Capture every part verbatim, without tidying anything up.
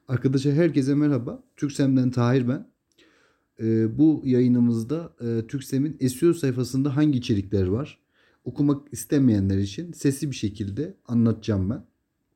Arkadaşlar herkese merhaba. Türksem'den Tahir ben. Ee, bu yayınımızda e, Türksem'in S E O sayfasında hangi içerikler var? Okumak istemeyenler için sesli bir şekilde anlatacağım ben.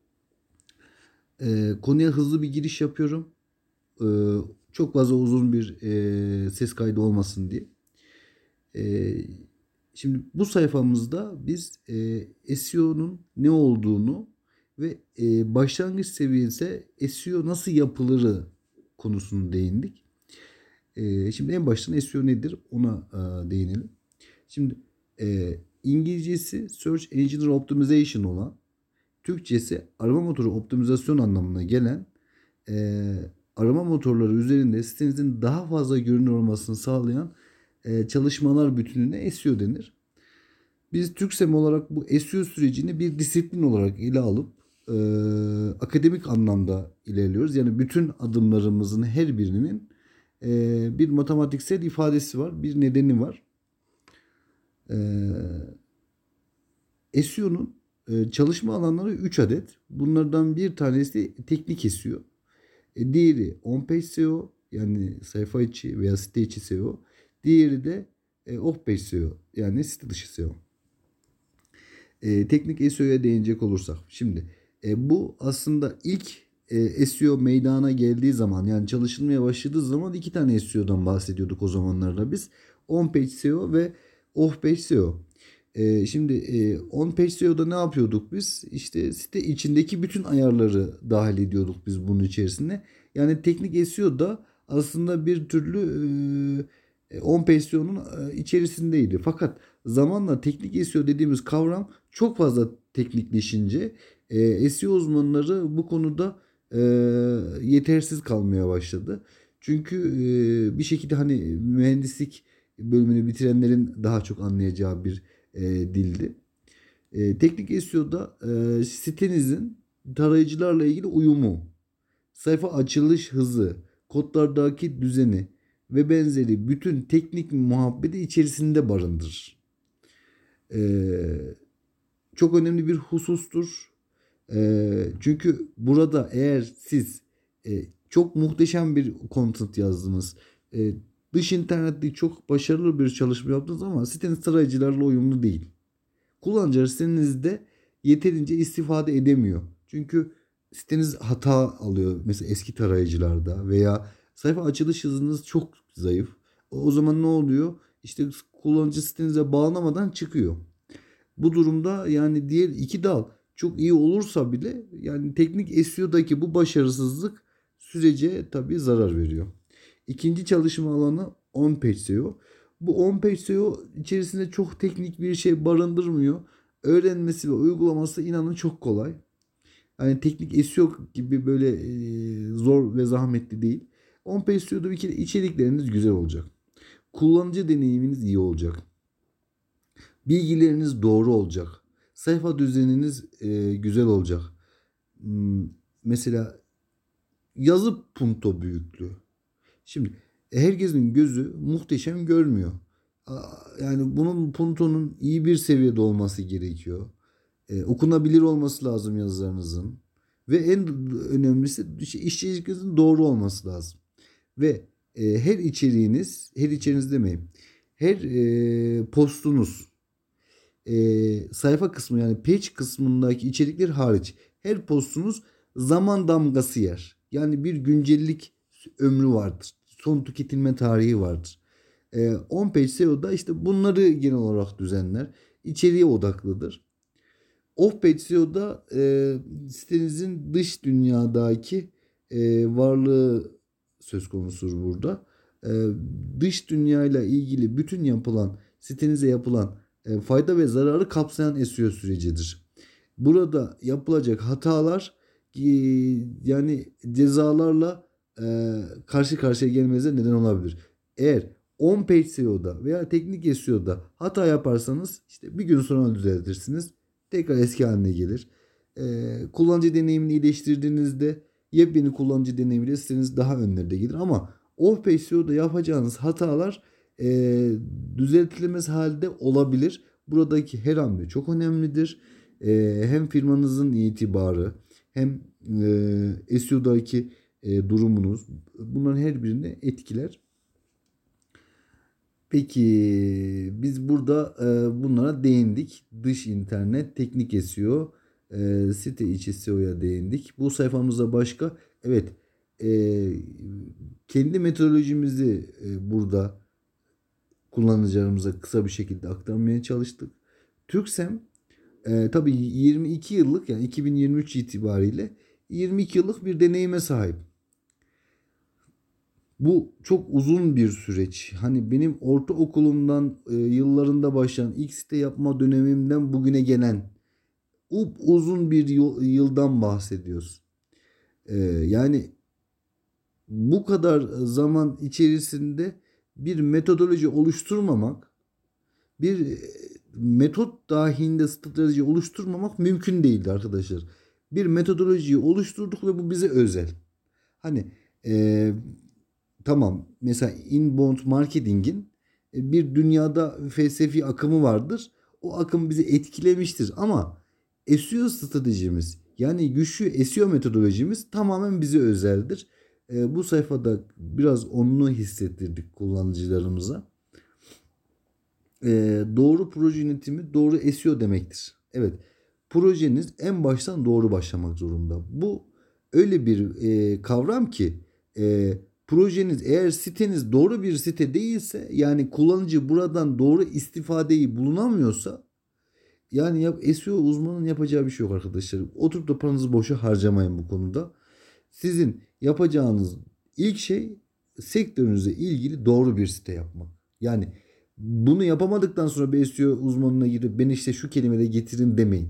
Ee, konuya hızlı bir giriş yapıyorum. Ee, çok fazla uzun bir e, ses kaydı olmasın diye. Ee, şimdi bu sayfamızda biz e, S E O'nun ne olduğunu ve e, başlangıç seviyesi S E O nasıl yapılırı konusunu değindik. Ee, şimdi en baştan S E O nedir ona e, değinelim. Şimdi e, İngilizcesi Search Engine Optimization olan, Türkçesi arama motoru optimizasyon anlamına gelen e, arama motorları üzerinde sitenizin daha fazla görünür olmasını sağlayan e, çalışmalar bütününe S E O denir. Biz Türksem olarak bu S E O sürecini bir disiplin olarak ele alıp e, akademik anlamda ilerliyoruz. Yani bütün adımlarımızın her birinin e, bir matematiksel ifadesi var, bir nedeni var. E, S E O'nun e, çalışma alanları üç adet. Bunlardan bir tanesi teknik S E O. E, diğeri on-page S E O, yani sayfa içi veya site içi S E O. Diğeri de e, off-page S E O, yani site dışı S E O. E, teknik S E O'ya değinecek olursak. Şimdi e, bu aslında ilk e, S E O meydana geldiği zaman, yani çalışılmaya başladığı zaman iki tane S E O'dan bahsediyorduk o zamanlarda biz. On-page S E O ve off-page S E O. E, şimdi e, on-page S E O'da ne yapıyorduk biz? İşte site içindeki bütün ayarları dahil ediyorduk biz bunun içerisine. Yani teknik S E O'da aslında bir türlü e, on-page S E O'nun e, içerisindeydi. Fakat zamanla teknik S E O dediğimiz kavram çok fazla teknikleşince e, S E O uzmanları bu konuda e, yetersiz kalmaya başladı. Çünkü e, bir şekilde hani mühendislik bölümünü bitirenlerin daha çok anlayacağı bir e, dildi. E, teknik S E O'da e, sitenizin tarayıcılarla ilgili uyumu, sayfa açılış hızı, kodlardaki düzeni ve benzeri bütün teknik muhabbeti içerisinde barındırır. Ee, çok önemli bir husustur. Ee, çünkü burada eğer siz e, çok muhteşem bir content yazdınız, e, dış internette çok başarılı bir çalışma yaptınız ama siteniz tarayıcılarla uyumlu değil. Kullanıcılar sitenizde yeterince istifade edemiyor. Çünkü siteniz hata alıyor. Mesela eski tarayıcılarda veya sayfa açılış hızınız çok zayıf. O zaman ne oluyor? İşte kullanıcı sitenize bağlamadan çıkıyor. Bu durumda yani diğer iki dal çok iyi olursa bile yani teknik S E O'daki bu başarısızlık sürece tabii zarar veriyor. İkinci çalışma alanı on-page S E O. Bu on-page S E O içerisinde çok teknik bir şey barındırmıyor. Öğrenmesi ve uygulaması inanın çok kolay. Yani teknik S E O gibi böyle e, zor ve zahmetli değil. On-page S E O'da bir kere içerikleriniz güzel olacak. Kullanıcı deneyiminiz iyi olacak. Bilgileriniz doğru olacak. Sayfa düzeniniz e, güzel olacak. Hmm, mesela yazı punto büyüklüğü. Şimdi herkesin gözü muhteşem görmüyor. Yani bunun puntonun iyi bir seviyede olması gerekiyor. E, okunabilir olması lazım yazılarınızın. Ve en önemlisi işleyişinizin doğru olması lazım. Ve e, her içeriğiniz, her içeriğiniz demeyeyim, her e, postunuz, e, sayfa kısmı yani page kısmındaki içerikler hariç her postunuz zaman damgası yer. Yani bir güncellik ömrü vardır. Son tüketilme tarihi vardır. E, on-page S E O'da işte bunları genel olarak düzenler. İçeriğe odaklıdır. Off-page S E O'da e, sitenizin dış dünyadaki e, varlığı söz konusudur burada. E, dış dünyayla ilgili bütün yapılan, sitenize yapılan e, fayda ve zararı kapsayan S E O sürecidir. Burada yapılacak hatalar e, yani cezalarla e, karşı karşıya gelmenize neden olabilir. Eğer on-page S E O'da veya teknik S E O'da hata yaparsanız işte bir gün sonra düzeltirsiniz. Tekrar eski haline gelir. Ee, kullanıcı deneyimini iyileştirdiğinizde yepyeni kullanıcı deneyimiyle siteniz daha önlerde gelir. Ama off-page S E O'da yapacağınız hatalar e, düzeltilemez halde olabilir. Buradaki her hamle çok önemlidir. E, hem firmanızın itibarı hem e, S E O'daki e, durumunuz, bunların her birini etkiler. Peki biz burada e, bunlara değindik. Dış internet, teknik S E O, e, site içi S E O'ya değindik. Bu sayfamızda başka, evet, e, kendi metodolojimizi e, burada kullanıcılarımıza kısa bir şekilde aktarmaya çalıştık. Türksem e, tabii yirmi iki yıllık, yani iki bin yirmi üç itibariyle yirmi iki yıllık bir deneyime sahip. Bu çok uzun bir süreç. Hani benim ortaokulumdan e, yıllarında başlayan ilk site yapma dönemimden bugüne gelen up uzun bir yıl- yıldan bahsediyoruz. E, yani bu kadar zaman içerisinde bir metodoloji oluşturmamak, bir e, metot dahilinde strateji oluşturmamak mümkün değildi arkadaşlar. Bir metodolojiyi oluşturduk ve bu bize özel. Hani e, tamam, mesela inbound marketingin e, bir dünyada felsefi akımı vardır. O akım bizi etkilemiştir ama S E O stratejimiz, yani güçlü S E O metodolojimiz tamamen bize özeldir. E, bu sayfada biraz onu hissettirdik kullanıcılarımıza. E, doğru proje yönetimi doğru S E O demektir. Evet, projeniz en baştan doğru başlamak zorunda. Bu öyle bir e, kavram ki e, projeniz, eğer siteniz doğru bir site değilse, yani kullanıcı buradan doğru istifadeyi bulunamıyorsa, yani yap, S E O uzmanının yapacağı bir şey yok arkadaşlar. Oturup da paranızı boşa harcamayın bu konuda. Sizin yapacağınız ilk şey sektörünüze ilgili doğru bir site yapmak. Yani bunu yapamadıktan sonra bir S E O uzmanına gidip beni işte şu kelimeyle getirin demeyin.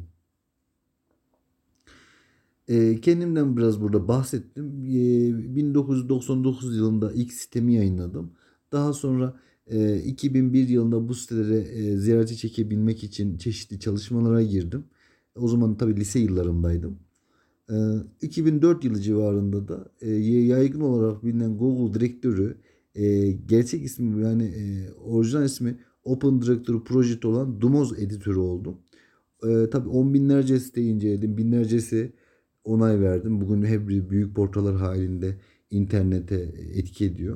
E, kendimden biraz burada bahsettim. E, bin dokuz yüz doksan dokuz yılında ilk sitemi yayınladım. Daha sonra e, iki bin bir yılında bu sitelere e, ziyaretçi çekebilmek için çeşitli çalışmalara girdim. O zaman tabii lise yıllarımdaydım. E, iki bin dört yılı civarında da e, yaygın olarak bilinen Google Direktörü, e, gerçek ismi, yani e, orijinal ismi Open Directory Project olan Dumoz editörü oldum. E, tabii on binlerce siteyi inceledim. Binlercesi onay verdim. Bugün hep büyük portalar halinde internete etki ediyor.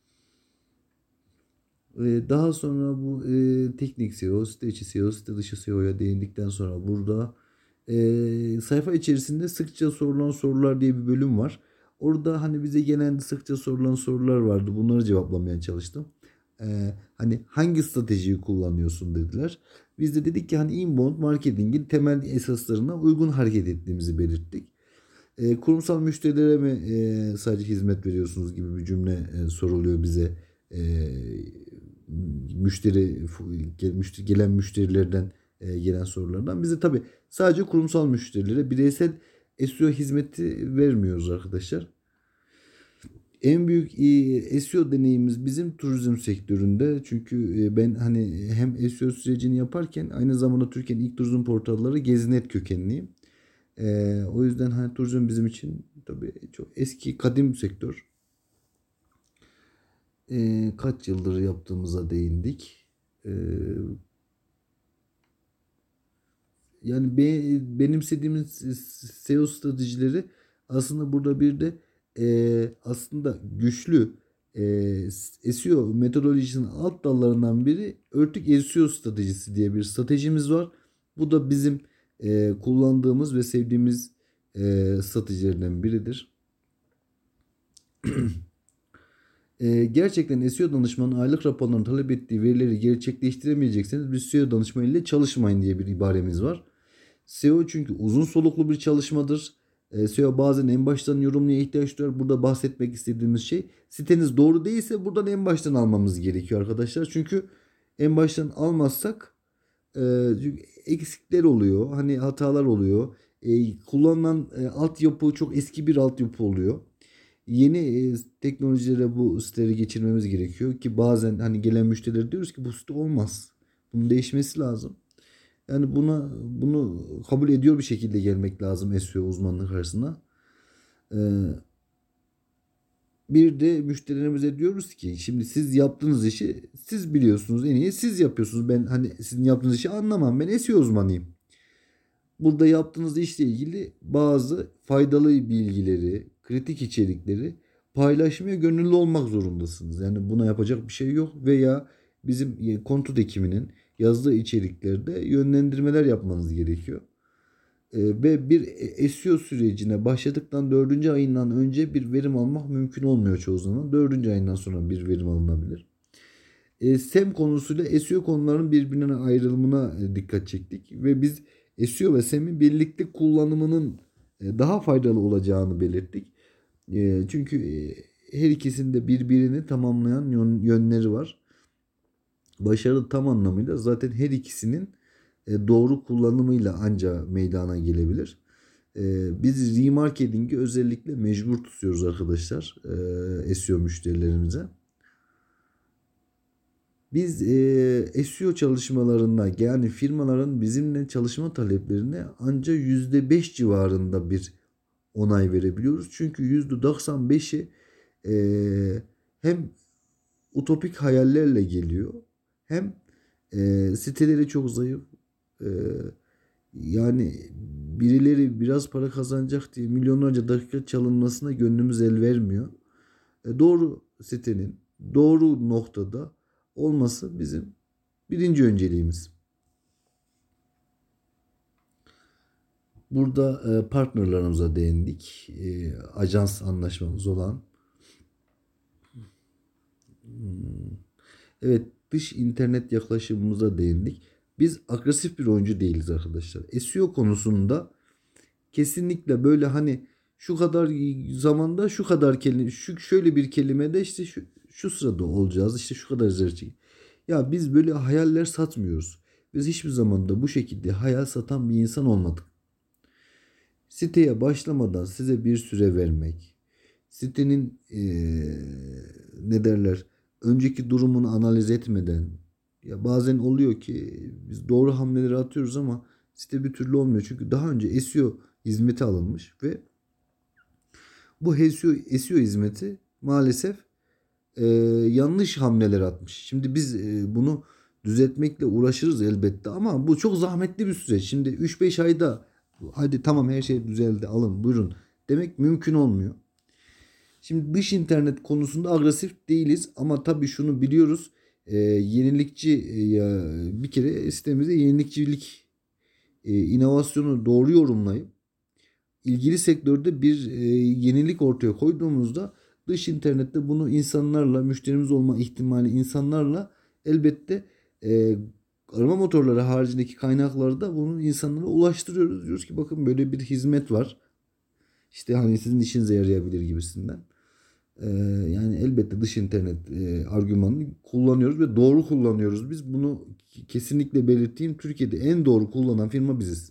E, daha sonra bu e, teknik S E O, site içi S E O, site dışı S E O'ya değindikten sonra burada e, sayfa içerisinde sıkça sorulan sorular diye bir bölüm var. Orada hani bize genelde sıkça sorulan sorular vardı. Bunları cevaplamaya çalıştım. E, hani hangi stratejiyi kullanıyorsun dediler. Biz de dedik ki hani inbound marketingin temel esaslarına uygun hareket ettiğimizi belirttik. E, kurumsal müşterilere mi e, sadece hizmet veriyorsunuz gibi bir cümle e, soruluyor bize. E, müşteri, müşteri gelen müşterilerden e, gelen sorulardan. Bize tabii sadece kurumsal müşterilere bireysel S E O hizmeti vermiyoruz arkadaşlar. En büyük e, S E O deneyimimiz bizim turizm sektöründe. Çünkü e, ben hani hem S E O sürecini yaparken aynı zamanda Türkiye'nin ilk turizm portalları Gezinet kökenliyim. Ee, o yüzden hani turizm bizim için tabii çok eski, kadim sektör. Ee, kaç yıldır yaptığımıza değindik. Ee, yani be, benimsediğimiz S E O stratejileri aslında burada bir de e, aslında güçlü e, S E O metodolojisinin alt dallarından biri örtük S E O stratejisi diye bir stratejimiz var. Bu da bizim e, kullandığımız ve sevdiğimiz e, stratejilerden biridir. E, gerçekten S E O danışmanın aylık raporlarını talep ettiği verileri gerçekleştiremeyecekseniz bir S E O danışmanı ile çalışmayın diye bir ibaremiz var. S E O çünkü uzun soluklu bir çalışmadır. E, S E O bazen en baştan yorumluya ihtiyaç duyar. Burada bahsetmek istediğimiz şey, siteniz doğru değilse buradan en baştan almamız gerekiyor arkadaşlar. Çünkü en baştan almazsak e, eksikler oluyor. Hani hatalar oluyor. E, kullanılan e, altyapı çok eski bir altyapı oluyor. Yeni e, teknolojilere bu siteleri geçirmemiz gerekiyor ki bazen hani gelen müşteriler diyoruz ki bu site olmaz. Bunun değişmesi lazım. Yani buna bunu kabul ediyor bir şekilde gelmek lazım S E O uzmanlığı karşısına. Ee, bir de müşterilerimize diyoruz ki şimdi siz yaptığınız işi siz biliyorsunuz, en iyi siz yapıyorsunuz. Ben hani sizin yaptığınız işi anlamam. Ben S E O uzmanıyım. Burada yaptığınız işle ilgili bazı faydalı bilgileri, kritik içerikleri paylaşmaya gönüllü olmak zorundasınız. Yani buna yapacak bir şey yok veya bizim e, Content ekibinin yazdığı içeriklerde yönlendirmeler yapmanız gerekiyor. E, ve bir S E O sürecine başladıktan dördüncü ayından önce bir verim almak mümkün olmuyor çoğu zaman. Dördüncü ayından sonra bir verim alınabilir. E, S E M konusuyla S E O konularının birbirine ayrılımına e, dikkat çektik ve biz S E O ve S E M'i birlikte kullanımının e, daha faydalı olacağını belirttik. E, çünkü e, her ikisinde birbirini tamamlayan yön- yönleri var. Başarı tam anlamıyla zaten her ikisinin e, doğru kullanımıyla anca meydana gelebilir. E, biz remarketing'i özellikle mecbur tutuyoruz arkadaşlar e, S E O müşterilerimize. Biz e, S E O çalışmalarında yani firmaların bizimle çalışma taleplerine ancak yüzde beş civarında bir onay verebiliyoruz. Çünkü yüzde doksan beşi e, hem utopik hayallerle geliyor hem e, siteleri çok zayıf. E, yani birileri biraz para kazanacak diye milyonlarca dakika çalınmasına gönlümüz el vermiyor. E, doğru sitenin doğru noktada olması bizim birinci önceliğimiz. Burada e, partnerlarımıza değindik. E, ajans anlaşmamız olan. Hmm, Evet, dış internet yaklaşımımıza değindik. Biz agresif bir oyuncu değiliz arkadaşlar. S E O konusunda kesinlikle böyle hani şu kadar zamanda şu kadar kelime, şu şöyle bir kelimede işte şu, şu sırada olacağız, işte şu kadar üzeri. Ya biz böyle hayaller satmıyoruz. Biz hiçbir zaman da bu şekilde hayal satan bir insan olmadık. Siteye başlamadan size bir süre vermek, sitenin eee, ne derler önceki durumunu analiz etmeden, ya bazen oluyor ki biz doğru hamleleri atıyoruz ama site bir türlü olmuyor. Çünkü daha önce S E O hizmeti alınmış ve bu S E O, S E O hizmeti maalesef e, yanlış hamleler atmış. Şimdi biz e, bunu düzeltmekle uğraşırız elbette ama bu çok zahmetli bir süreç. Şimdi üç beş ayda hadi tamam her şey düzeldi alın buyurun demek mümkün olmuyor. Şimdi dış internet konusunda agresif değiliz ama tabii şunu biliyoruz. E, yenilikçi e, ya bir kere sitemize yenilikçilik, e, inovasyonu doğru yorumlayıp ilgili sektörde bir e, yenilik ortaya koyduğumuzda dış internette bunu insanlarla müşterimiz olma ihtimali insanlarla elbette e, arama motorları haricindeki kaynaklarda bunu insanlara ulaştırıyoruz. Diyoruz ki bakın böyle bir hizmet var. İşte hani sizin işinize yarayabilir gibisinden. E, yani elbette dış internet e, argümanını kullanıyoruz ve doğru kullanıyoruz. Biz bunu kesinlikle belirttiğim Türkiye'de en doğru kullanan firma biziz.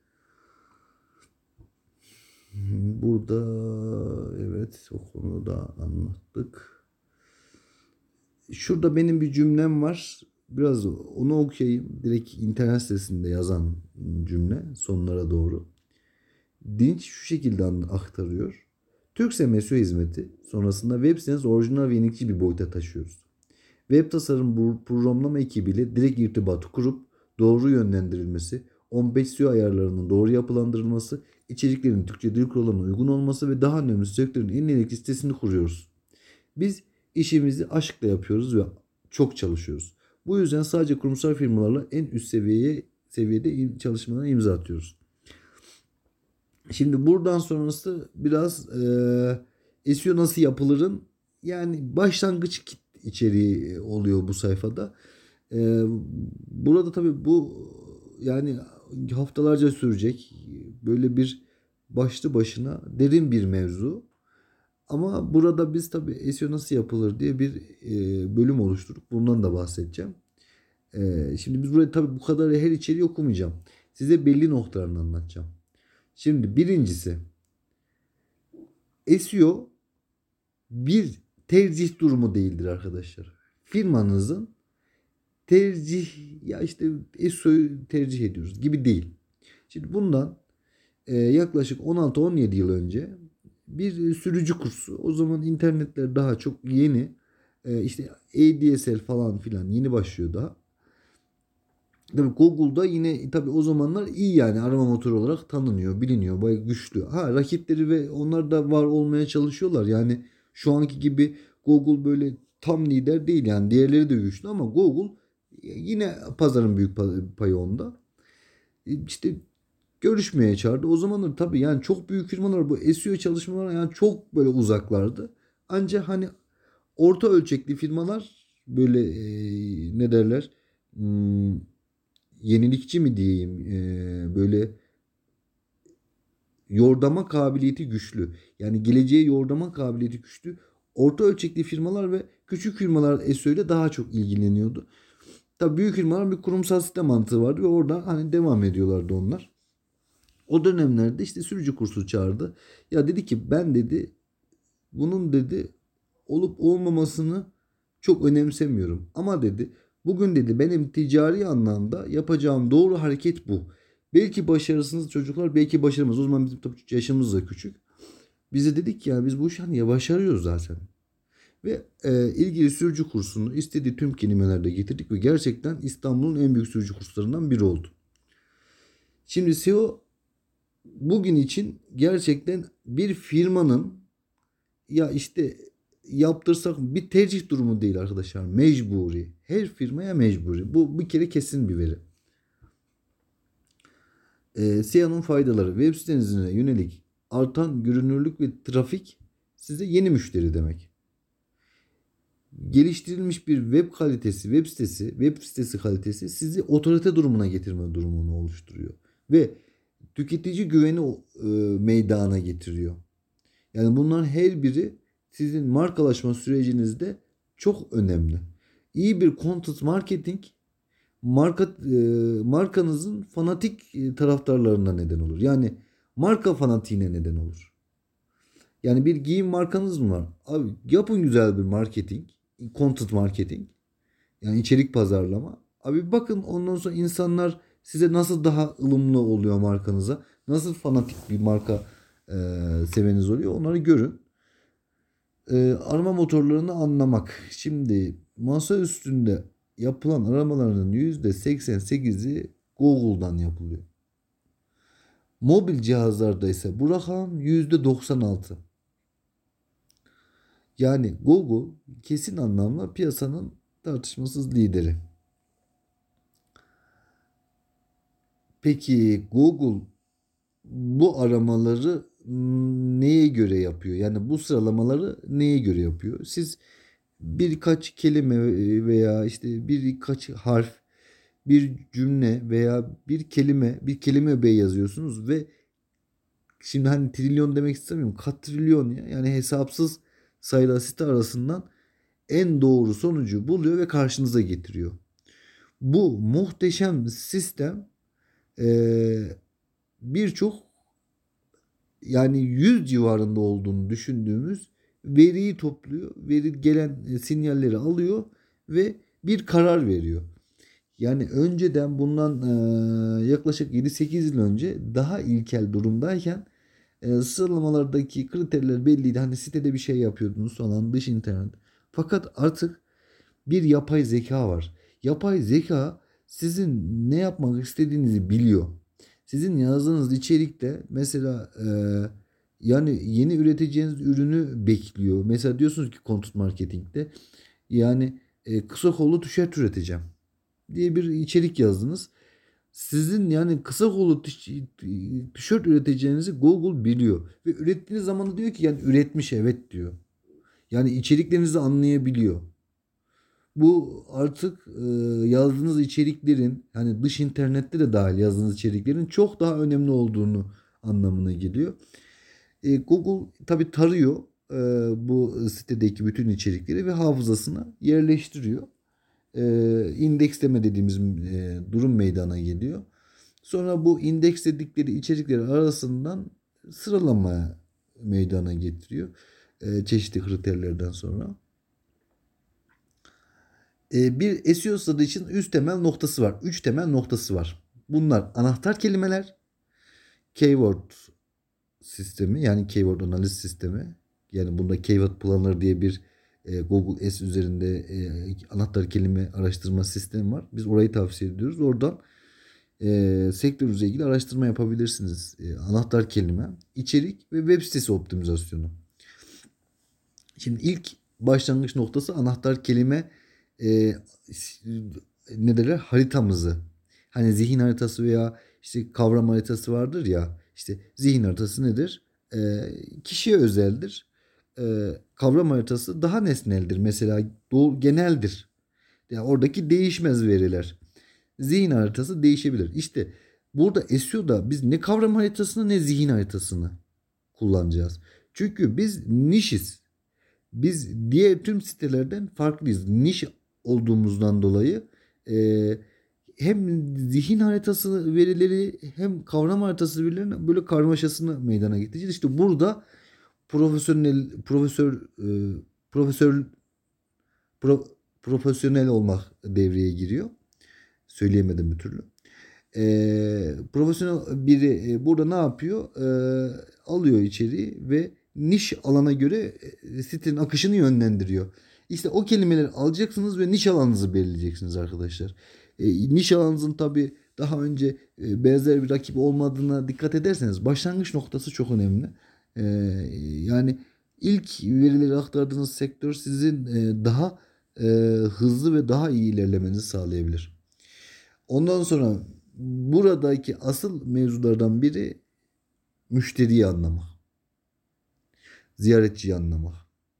Burada evet o konuda da anlattık. Şurada benim bir cümlem var. Biraz onu okuyayım. Direkt internet sitesinde yazan cümle sonlara doğru. Dinç şu şekilde aktarıyor. Türksem S E O hizmeti sonrasında web siteniz orijinal ve yenilikçi bir boyuta taşıyoruz. Web tasarım programlama ekibiyle direkt irtibatı kurup doğru yönlendirilmesi, on beş S E O ayarlarının doğru yapılandırılması, içeriklerin Türkçe dil kurallarına uygun olması ve daha önemlisi sektörün en nitelikli sitesini kuruyoruz. Biz işimizi aşkla yapıyoruz ve çok çalışıyoruz. Bu yüzden sadece kurumsal firmalarla en üst seviyeye seviyede çalışmalara imza atıyoruz. Şimdi buradan sonrası biraz e, S E O nasıl yapılırın yani başlangıç içeriği oluyor bu sayfada. E, burada tabii bu yani haftalarca sürecek böyle bir başlı başına derin bir mevzu. Ama burada biz tabii S E O nasıl yapılır diye bir e, bölüm oluşturduk. Bundan da bahsedeceğim. E, şimdi biz buraya tabii bu kadar her içeriği okumayacağım. Size belli noktalarını anlatacağım. Şimdi birincisi S E O bir tercih durumu değildir arkadaşlar. Firmanızın tercih ya işte S E O'yu tercih ediyoruz gibi değil. Şimdi bundan e, yaklaşık on altı on yedi yıl önce bir sürücü kursu. O zaman internetler daha çok yeni. E, işte A D S L falan filan yeni başlıyor daha. Tabii Google'da yine tabii o zamanlar iyi, yani arama motoru olarak tanınıyor, biliniyor, bayağı güçlü. Ha, rakipleri ve onlar da var olmaya çalışıyorlar. Yani şu anki gibi Google böyle tam lider değil, yani diğerleri de güçlü ama Google yine pazarın büyük payı onda. E, İşte görüşmeye çağırdı. O zamanlar tabii yani çok büyük firmalar bu S E O çalışmalarına yani çok böyle uzaklardı. Ancak hani orta ölçekli firmalar böyle e, ne derler, hmm, yenilikçi mi diyeyim, e, böyle yordama kabiliyeti güçlü. Yani geleceğe yordama kabiliyeti güçlü. Orta ölçekli firmalar ve küçük firmalar S E O ile daha çok ilgileniyordu. Tabii büyük firmalar bir kurumsal sistem mantığı vardı ve oradan hani devam ediyorlardı onlar. O dönemlerde işte sürücü kursu çağırdı. Ya dedi ki ben dedi bunun dedi olup olmamasını çok önemsemiyorum. Ama dedi bugün dedi benim ticari anlamda yapacağım doğru hareket bu. Belki başarısınız çocuklar, belki başarımız. O zaman bizim tabii yaşımız da küçük. Bize dedik ya biz bu işi hani ya başarıyoruz zaten. Ve e, ilgili sürücü kursunu istediği tüm kelimelerde getirdik ve gerçekten İstanbul'un en büyük sürücü kurslarından biri oldu. Şimdi S E O bugün için gerçekten bir firmanın ya işte yaptırsak bir tercih durumu değil arkadaşlar. Mecburi. Her firmaya mecburi. Bu bir kere kesin bir veri. E, S E O'nun faydaları. Web sitenizine yönelik artan görünürlük ve trafik size yeni müşteri demek. Geliştirilmiş bir web kalitesi, web sitesi, web sitesi kalitesi sizi otorite durumuna getirme durumunu oluşturuyor. Ve tüketici güveni e, meydana getiriyor. Yani bunların her biri sizin markalaşma sürecinizde çok önemli. İyi bir content marketing marka e, markanızın fanatik e, taraftarlarına neden olur. Yani marka fanatiğine neden olur. Yani bir giyim markanız mı var? Abi yapın güzel bir marketing, content marketing. Yani içerik pazarlama. Abi bakın ondan sonra insanlar size nasıl daha ılımlı oluyor markanıza. Nasıl fanatik bir marka e, seveniz oluyor. Onları görün. E, arama motorlarını anlamak. Şimdi masa üstünde yapılan aramaların yüzde seksen sekizi Google'dan yapılıyor. Mobil cihazlarda ise bu rakam yüzde doksan altı. Yani Google kesin anlamda piyasanın tartışmasız lideri. Peki Google bu aramaları neye göre yapıyor? Yani bu sıralamaları neye göre yapıyor? Siz birkaç kelime veya işte birkaç harf, bir cümle veya bir kelime, bir kelime öbeği yazıyorsunuz ve şimdi hani trilyon demek istemiyorum. Katrilyon ya. Yani hesapsız sayılar site arasından en doğru sonucu buluyor ve karşınıza getiriyor. Bu muhteşem sistem eee, birçok yani yüz civarında olduğunu düşündüğümüz veriyi topluyor. Veri gelen e, sinyalleri alıyor ve bir karar veriyor. Yani önceden bundan e, yaklaşık yedi sekiz yıl önce daha ilkel durumdayken e, sıralamalardaki kriterler belliydi. Hani sitede bir şey yapıyordunuz falan, dış internet. Fakat artık bir yapay zeka var. Yapay zeka sizin ne yapmak istediğinizi biliyor. Sizin yazdığınız içerikte mesela e, yani yeni üreteceğiniz ürünü bekliyor. Mesela diyorsunuz ki content marketingte yani e, kısa kollu tişört üreteceğim diye bir içerik yazdınız. Sizin yani kısa kollu tiş- tişört üreteceğinizi Google biliyor. Ve ürettiğiniz zaman da diyor ki yani üretmiş, evet diyor. Yani içeriklerinizi anlayabiliyor. Bu artık e, yazdığınız içeriklerin hani dış internette de dahil yazdığınız içeriklerin çok daha önemli olduğunu anlamına geliyor. E, Google tabii tarıyor e, bu sitedeki bütün içerikleri ve hafızasına yerleştiriyor. E, indeksleme dediğimiz e, durum meydana geliyor. Sonra bu indeksledikleri içerikler arasından sıralamaya meydana getiriyor. E, çeşitli kriterlerden sonra. E, bir S E O strateji için üç temel noktası var. Üç temel noktası var. Bunlar anahtar kelimeler, keyword sistemi yani keyword analiz sistemi. Yani bunda keyword planner diye bir e, Google S üzerinde e, anahtar kelime araştırma sistemi var. Biz orayı tavsiye ediyoruz. Oradan e, sektörünüzle ilgili araştırma yapabilirsiniz. E, anahtar kelime, içerik ve web sitesi optimizasyonu. Şimdi ilk başlangıç noktası anahtar kelime e, ne derler haritamızı. Hani zihin haritası veya işte kavram haritası vardır ya. İşte zihin haritası nedir? E, kişiye özeldir. E, kavram haritası daha nesneldir. Mesela doğu, geneldir. Yani oradaki değişmez veriler. Zihin haritası değişebilir. İşte burada S E O'da biz ne kavram haritasını ne zihin haritasını kullanacağız. Çünkü biz nişiz. Biz diğer tüm sitelerden farklıyız. Niş olduğumuzdan dolayı e, hem zihin haritası verileri hem kavram haritası verilerinin böyle karmaşasını meydana getireceğiz. İşte burada profesyonel profesör e, profesör pro- profesyonel olmak devreye giriyor. Söyleyemedim bir türlü. E, profesyonel biri e, burada ne yapıyor? E, alıyor içeriği ve niş alana göre e, sitenin akışını yönlendiriyor. İşte o kelimeleri alacaksınız ve niş alanınızı belirleyeceksiniz arkadaşlar. E, niş alanınızın tabii daha önce e, benzer bir rakip olmadığına dikkat ederseniz başlangıç noktası çok önemli. E, yani ilk verileri aktardığınız sektör sizin e, daha e, hızlı ve daha iyi ilerlemenizi sağlayabilir. Ondan sonra buradaki asıl mevzulardan biri müşteriyi anlamak, ziyaretçiyi anlamak.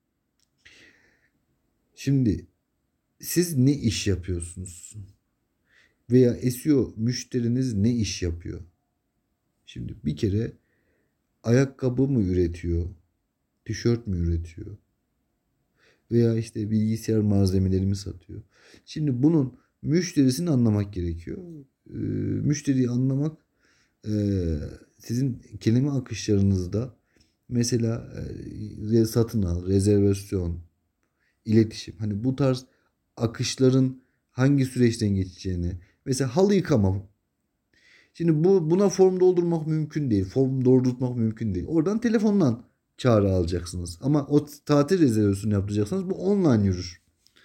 Şimdi siz ne iş yapıyorsunuz? Veya S E O müşteriniz ne iş yapıyor? Şimdi bir kere ayakkabı mı üretiyor? Tişört mü üretiyor? Veya işte bilgisayar malzemeleri mi satıyor? Şimdi bunun müşterisini anlamak gerekiyor. Ee, müşteriyi anlamak e, sizin kelime akışlarınızda mesela e, satın al, rezervasyon, iletişim. Hani bu tarz akışların hangi süreçten geçeceğini. Mesela halı yıkama. Şimdi bu buna form doldurmak mümkün değil. Form doldurmak mümkün değil. Oradan telefondan çağrı alacaksınız. Ama o tatil rezervasyonu yapacaksınız. Bu online yürür.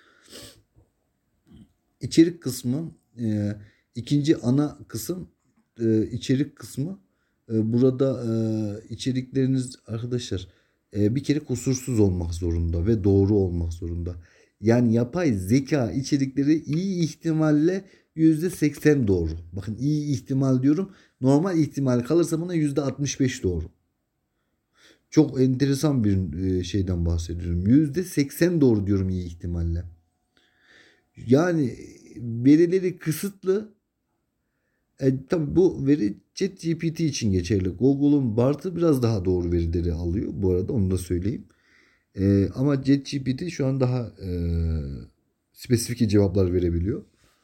İçerik kısmı e, ikinci ana kısım e, içerik kısmı. E, burada e, içerikleriniz arkadaşlar e, bir kere kusursuz olmak zorunda ve doğru olmak zorunda. Yani yapay zeka içerikleri iyi ihtimalle yüzde seksen doğru. Bakın iyi ihtimal diyorum. Normal ihtimal kalırsa bana yüzde altmış beş doğru. Çok enteresan bir e, şeyden bahsediyorum. yüzde seksen doğru diyorum iyi ihtimalle. Yani verileri kısıtlı. E, tabii bu veri ChatGPT için geçerli. Google'un Bart'ı biraz daha doğru verileri alıyor. Bu arada onu da söyleyeyim. E, ama ChatGPT şu an daha e, spesifik cevaplar verebiliyor.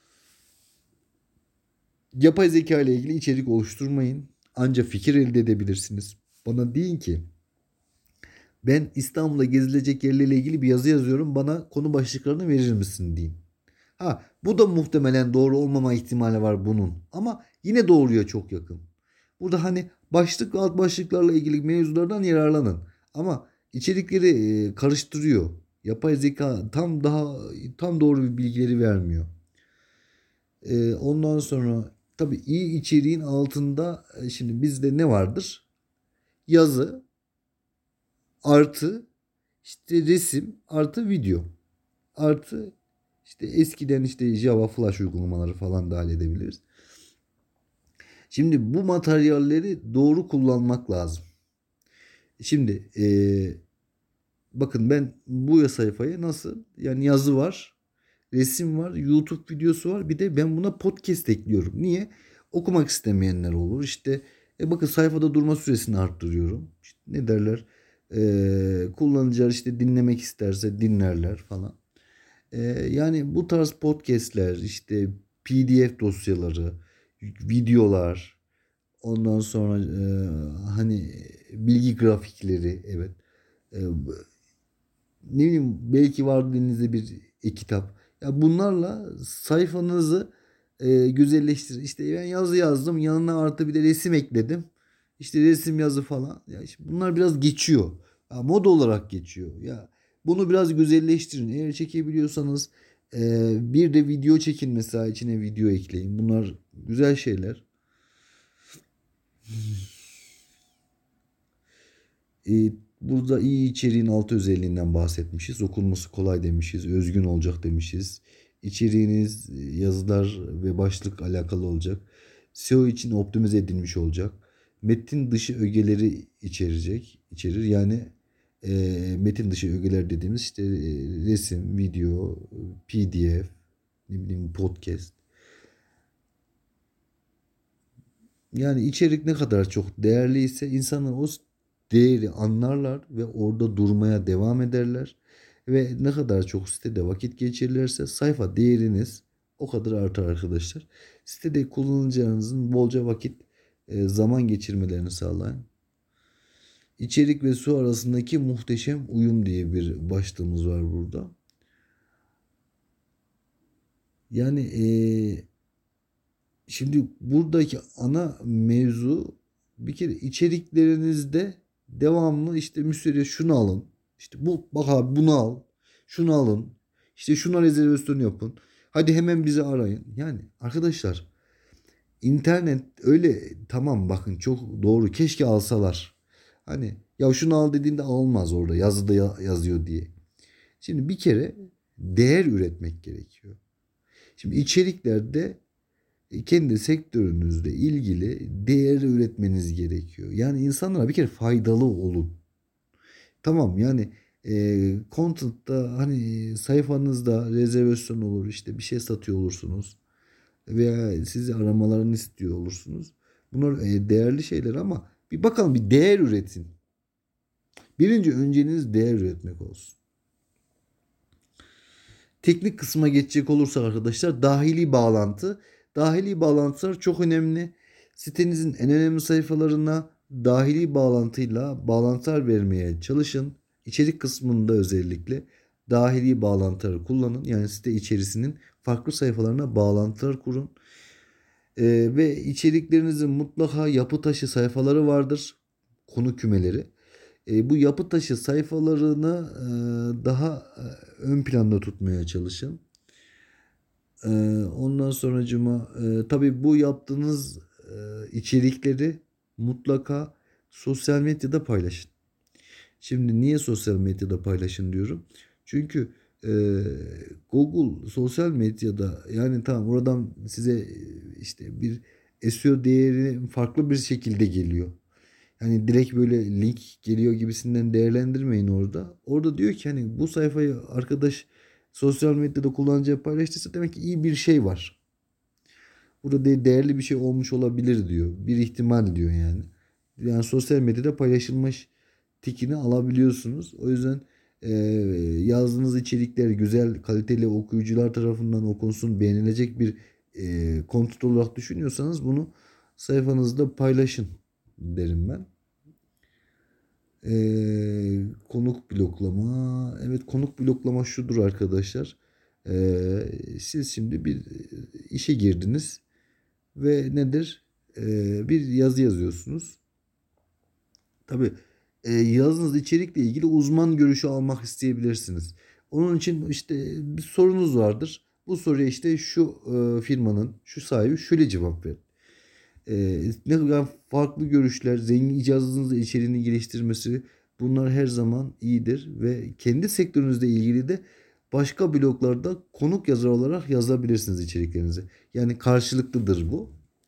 Yapay zeka ile ilgili içerik oluşturmayın. Ancak fikir elde edebilirsiniz. Bana deyin ki ben İstanbul'da gezilecek yerlerle ilgili bir yazı yazıyorum. Bana konu başlıklarını verir misin deyin. Ha, bu da muhtemelen doğru olmama ihtimali var bunun. Ama yine doğruya çok yakın. Burada hani başlık ve alt başlıklarla ilgili mevzulardan yararlanın. Ama içerikleri e, karıştırıyor. Yapay zeka tam daha tam doğru bilgileri vermiyor. E, ondan sonra tabii iyi içeriğin altında e, şimdi bizde ne vardır? Yazı artı işte resim artı video artı işte eskiden işte Java Flash uygulamaları falan da halledebiliriz. Şimdi bu materyalleri doğru kullanmak lazım. Şimdi e, bakın ben bu sayfaya nasıl yani yazı var, resim var, YouTube videosu var. Bir de ben buna podcast ekliyorum. Niye? Okumak istemeyenler olur. İşte e bakın sayfada durma süresini arttırıyorum. İşte ne derler? E, kullanıcılar işte dinlemek isterse dinlerler falan. Ee, yani bu tarz podcastler, işte P D F dosyaları, videolar, ondan sonra e, hani bilgi grafikleri, evet. E, ne bileyim belki var elinizde bir e-kitap. Ya bunlarla sayfanızı e, güzelleştirin. İşte ben yazı yazdım, yanına artı bir de resim ekledim. İşte resim yazı falan. Ya işte bunlar biraz geçiyor. Ya moda olarak geçiyor. Ya Bunu biraz güzelleştirin. Eğer çekebiliyorsanız e, bir de video çekin, mesela içine video ekleyin. Bunlar güzel şeyler. E, Burada iyi içeriğin altı özelliğinden bahsetmişiz. Okunması kolay demişiz. Özgün olacak demişiz. İçeriğiniz yazılar ve başlık alakalı olacak. S E O için optimize edilmiş olacak. Metin dışı ögeleri içerecek, içerir. Yani e, metin dışı ögeler dediğimiz işte e, resim, video, P D F, ne bileyim podcast. Yani içerik ne kadar çok değerliyse insanlar o değeri anlarlar ve orada durmaya devam ederler. Ve ne kadar çok sitede vakit geçirirlerse sayfa değeriniz o kadar artar arkadaşlar. Sitede kullanıcılarınızın bolca vakit e, zaman geçirmelerini sağlayın. İçerik ve su arasındaki muhteşem uyum diye bir başlığımız var burada. Yani e, şimdi buradaki ana mevzu, bir kere içeriklerinizde devamlı işte müşteriye şunu alın. İşte bu bak abi bunu al. Şunu alın. İşte şuna rezervasyon yapın. Hadi hemen bizi arayın. Yani arkadaşlar, internet öyle, tamam bakın çok doğru. Keşke alsalar. Hani ya şunu al dediğinde almaz, orada yazıda ya- yazıyor diye. Şimdi bir kere değer üretmek gerekiyor. Şimdi içeriklerde e, kendi sektörünüzle ilgili değer üretmeniz gerekiyor. Yani insanlara bir kere faydalı olun. Tamam yani e, content'ta hani sayfanızda rezervasyon olur, işte bir şey satıyor olursunuz veya sizi aramalarını istiyor olursunuz. Bunlar e, değerli şeyler ama bir bakalım, bir değer üretin. Birinci önceliğiniz değer üretmek olsun. Teknik kısma geçecek olursak arkadaşlar, dahili bağlantı. Dahili bağlantılar çok önemli. Sitenizin en önemli sayfalarına dahili bağlantıyla bağlantılar vermeye çalışın. İçerik kısmında özellikle dahili bağlantıları kullanın. Yani site içerisinin farklı sayfalarına bağlantılar kurun. Ee, ve içeriklerinizin mutlaka yapı taşı sayfaları vardır. Konu kümeleri. E, bu yapı taşı sayfalarını e, daha e, ön planda tutmaya çalışın. E, Ondan sonracıma e, tabii bu yaptığınız e, içerikleri mutlaka sosyal medyada paylaşın. Şimdi niye sosyal medyada paylaşın diyorum? Çünkü e, Google sosyal medyada, yani tamam oradan size e, işte bir S E O değeri farklı bir şekilde geliyor. Hani direkt böyle link geliyor gibisinden değerlendirmeyin orada. Orada diyor ki hani bu sayfayı arkadaş sosyal medyada kullanıcıya paylaştıysa demek ki iyi bir şey var. Burada de değerli bir şey olmuş olabilir diyor. Bir ihtimal diyor yani. Yani sosyal medyada paylaşılmış tikini alabiliyorsunuz. O yüzden e, yazdığınız içerikler güzel, kaliteli okuyucular tarafından okunsun, beğenilecek bir e, content olarak düşünüyorsanız bunu sayfanızda paylaşın derim ben. Ee, konuk bloklama. Evet, konuk bloklama şudur arkadaşlar. Ee, siz şimdi bir işe girdiniz ve nedir? Ee, bir yazı yazıyorsunuz. Tabii e, yazdığınız içerikle ilgili uzman görüşü almak isteyebilirsiniz. Onun için işte bir sorunuz vardır. Bu soruya işte şu e, firmanın şu sahibi şöyle cevap verir. Ee, ne kadar farklı görüşler, zengin icazınızın içeriğini geliştirmesi, bunlar her zaman iyidir ve kendi sektörünüzle ilgili de başka bloglarda konuk yazar olarak yazabilirsiniz içeriklerinizi. Yani karşılıklıdır bu.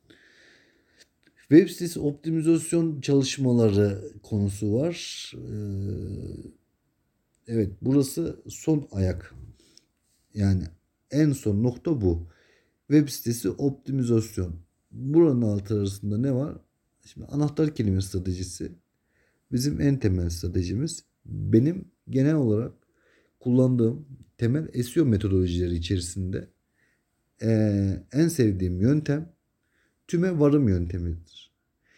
Web sitesi optimizasyon çalışmaları konusu var. Ee, evet, burası son ayak. Yani en son nokta bu. Web sitesi optimizasyon. Buranın altı arasında ne var? Şimdi anahtar kelime stratejisi bizim en temel stratejimiz. Benim genel olarak kullandığım temel S E O metodolojileri içerisinde eee, en sevdiğim yöntem tüme varım yöntemidir.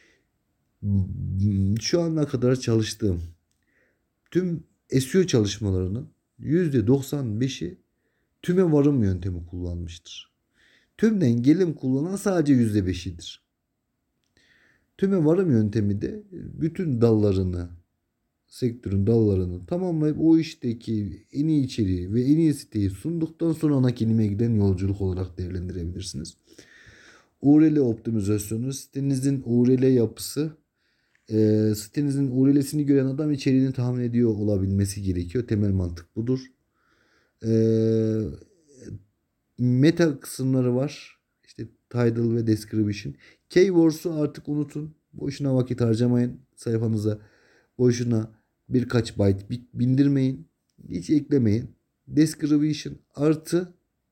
Şu ana kadar çalıştığım tüm S E O çalışmalarının yüzde doksan beşi tüme varım yöntemi kullanmıştır. Tümden gelim kullanan sadece yüzde beşidir. Tüme varım yöntemi de bütün dallarını sektörün dallarını tamamlayıp o işteki en iyi içeriği ve en iyi siteyi sunduktan sonra ana kelime giden yolculuk olarak değerlendirebilirsiniz. U R L optimizasyonu, sitenizin U R L yapısı, e, sitenizin U R L'sini gören adam içeriğini tahmin ediyor olabilmesi gerekiyor. Temel mantık budur. E, Meta kısımları var. İşte title ve description. Keywords'u artık unutun. Boşuna vakit harcamayın. Sayfanıza boşuna birkaç byte bindirmeyin. Hiç eklemeyin. Description artı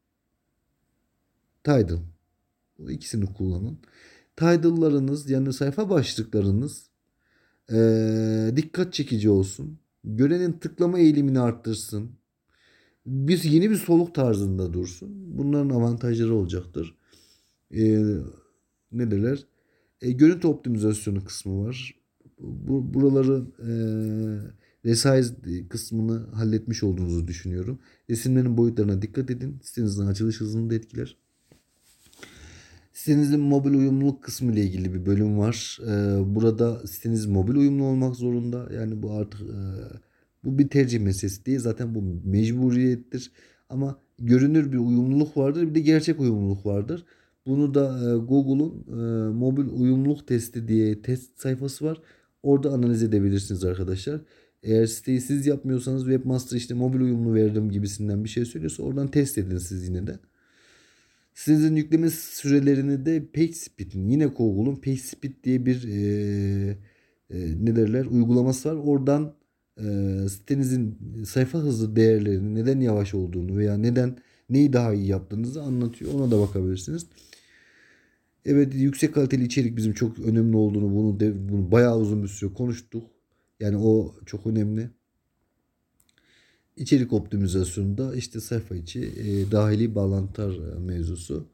title. Bu ikisini kullanın. Title'larınız yani sayfa başlıklarınız ee, dikkat çekici olsun. Görenin tıklama eğilimini arttırsın. Bir, yeni bir soluk tarzında dursun. Bunların avantajları olacaktır. Ee, ne derler? E, görüntü optimizasyonu kısmı var. Bu, buraları e, resize kısmını halletmiş olduğunuzu düşünüyorum. Resimlerin boyutlarına dikkat edin. Sitenizin açılış hızını da etkiler. Sitenizin mobil uyumluluk kısmı ile ilgili bir bölüm var. Ee, burada siteniz mobil uyumlu olmak zorunda. Yani bu artık e, bu bir tercih meselesi değil. Zaten bu mecburiyettir. Ama görünür bir uyumluluk vardır. Bir de gerçek uyumluluk vardır. Bunu da e, Google'un e, mobil uyumluluk testi diye test sayfası var. Orada analiz edebilirsiniz arkadaşlar. Eğer siteyi siz yapmıyorsanız Webmaster işte mobil uyumlu verdim gibisinden bir şey söylüyorsa oradan test edin siz yine de. Sizin yükleme sürelerini de PageSpeed'in yine Google'un PageSpeed diye bir e, e, ne derler uygulaması var. Oradan e, sitenizin sayfa hızı değerlerini neden yavaş olduğunu veya neden neyi daha iyi yaptığınızı anlatıyor. Ona da bakabilirsiniz. Evet yüksek kaliteli içerik bizim çok önemli olduğunu bunu, de, bunu bayağı uzun bir süre konuştuk. Yani o çok önemli. İçerik optimizasyonunda işte sayfa içi e, dahili bağlantılar mevzusu.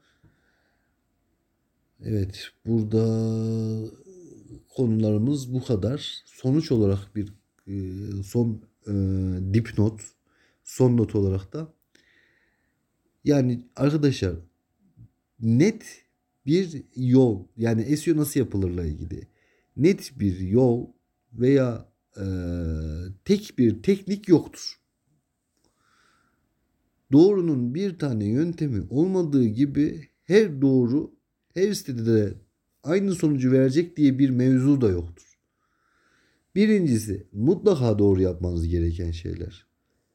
Evet, burada konularımız bu kadar. Sonuç olarak bir e, son e, dipnot, son not olarak da yani arkadaşlar net bir yol yani S E O nasıl yapılırla ilgili net bir yol veya e, tek bir teknik yoktur. Doğrunun bir tane yöntemi olmadığı gibi her doğru her sitede de aynı sonucu verecek diye bir mevzu da yoktur. Birincisi mutlaka doğru yapmanız gereken şeyler.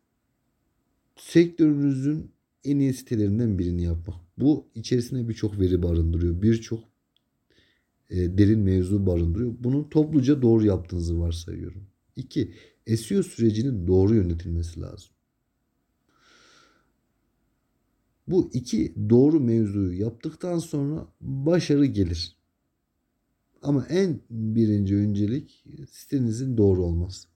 Sektörünüzün en iyi sitelerinden birini yapmak. Bu içerisinde birçok veri barındırıyor. Birçok e, derin mevzu barındırıyor. Bunu topluca doğru yaptığınızı varsayıyorum. İki, S E O sürecinin doğru yönetilmesi lazım. Bu iki doğru mevzuyu yaptıktan sonra başarı gelir. Ama en birinci öncelik sitenizin doğru olması.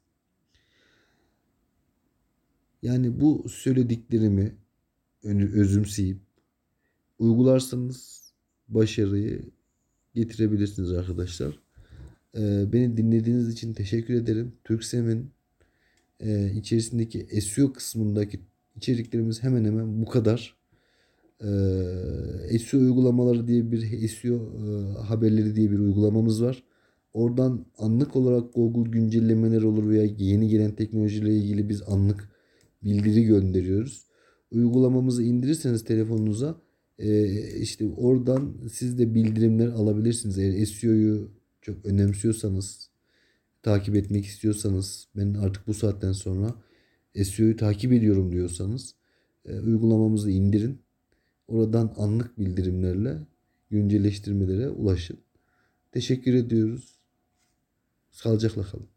Yani bu söylediklerimi özümseyip uygularsanız başarıyı getirebilirsiniz arkadaşlar. Ee, beni dinlediğiniz için teşekkür ederim. Turkcell'in e, içerisindeki S E O kısmındaki içeriklerimiz hemen hemen bu kadar. Ee, S E O uygulamaları diye bir S E O e, haberleri diye bir uygulamamız var. Oradan anlık olarak Google güncellemeler olur veya yeni gelen teknolojiyle ilgili biz anlık bildiri gönderiyoruz. Uygulamamızı indirirseniz telefonunuza e, işte oradan siz de bildirimler alabilirsiniz. Eğer S E O'yu çok önemsiyorsanız, takip etmek istiyorsanız, ben artık bu saatten sonra S E O'yu takip ediyorum diyorsanız e, uygulamamızı indirin. Oradan anlık bildirimlerle güncelleştirmelere ulaşın. Teşekkür ediyoruz. Sağlıcakla kalın.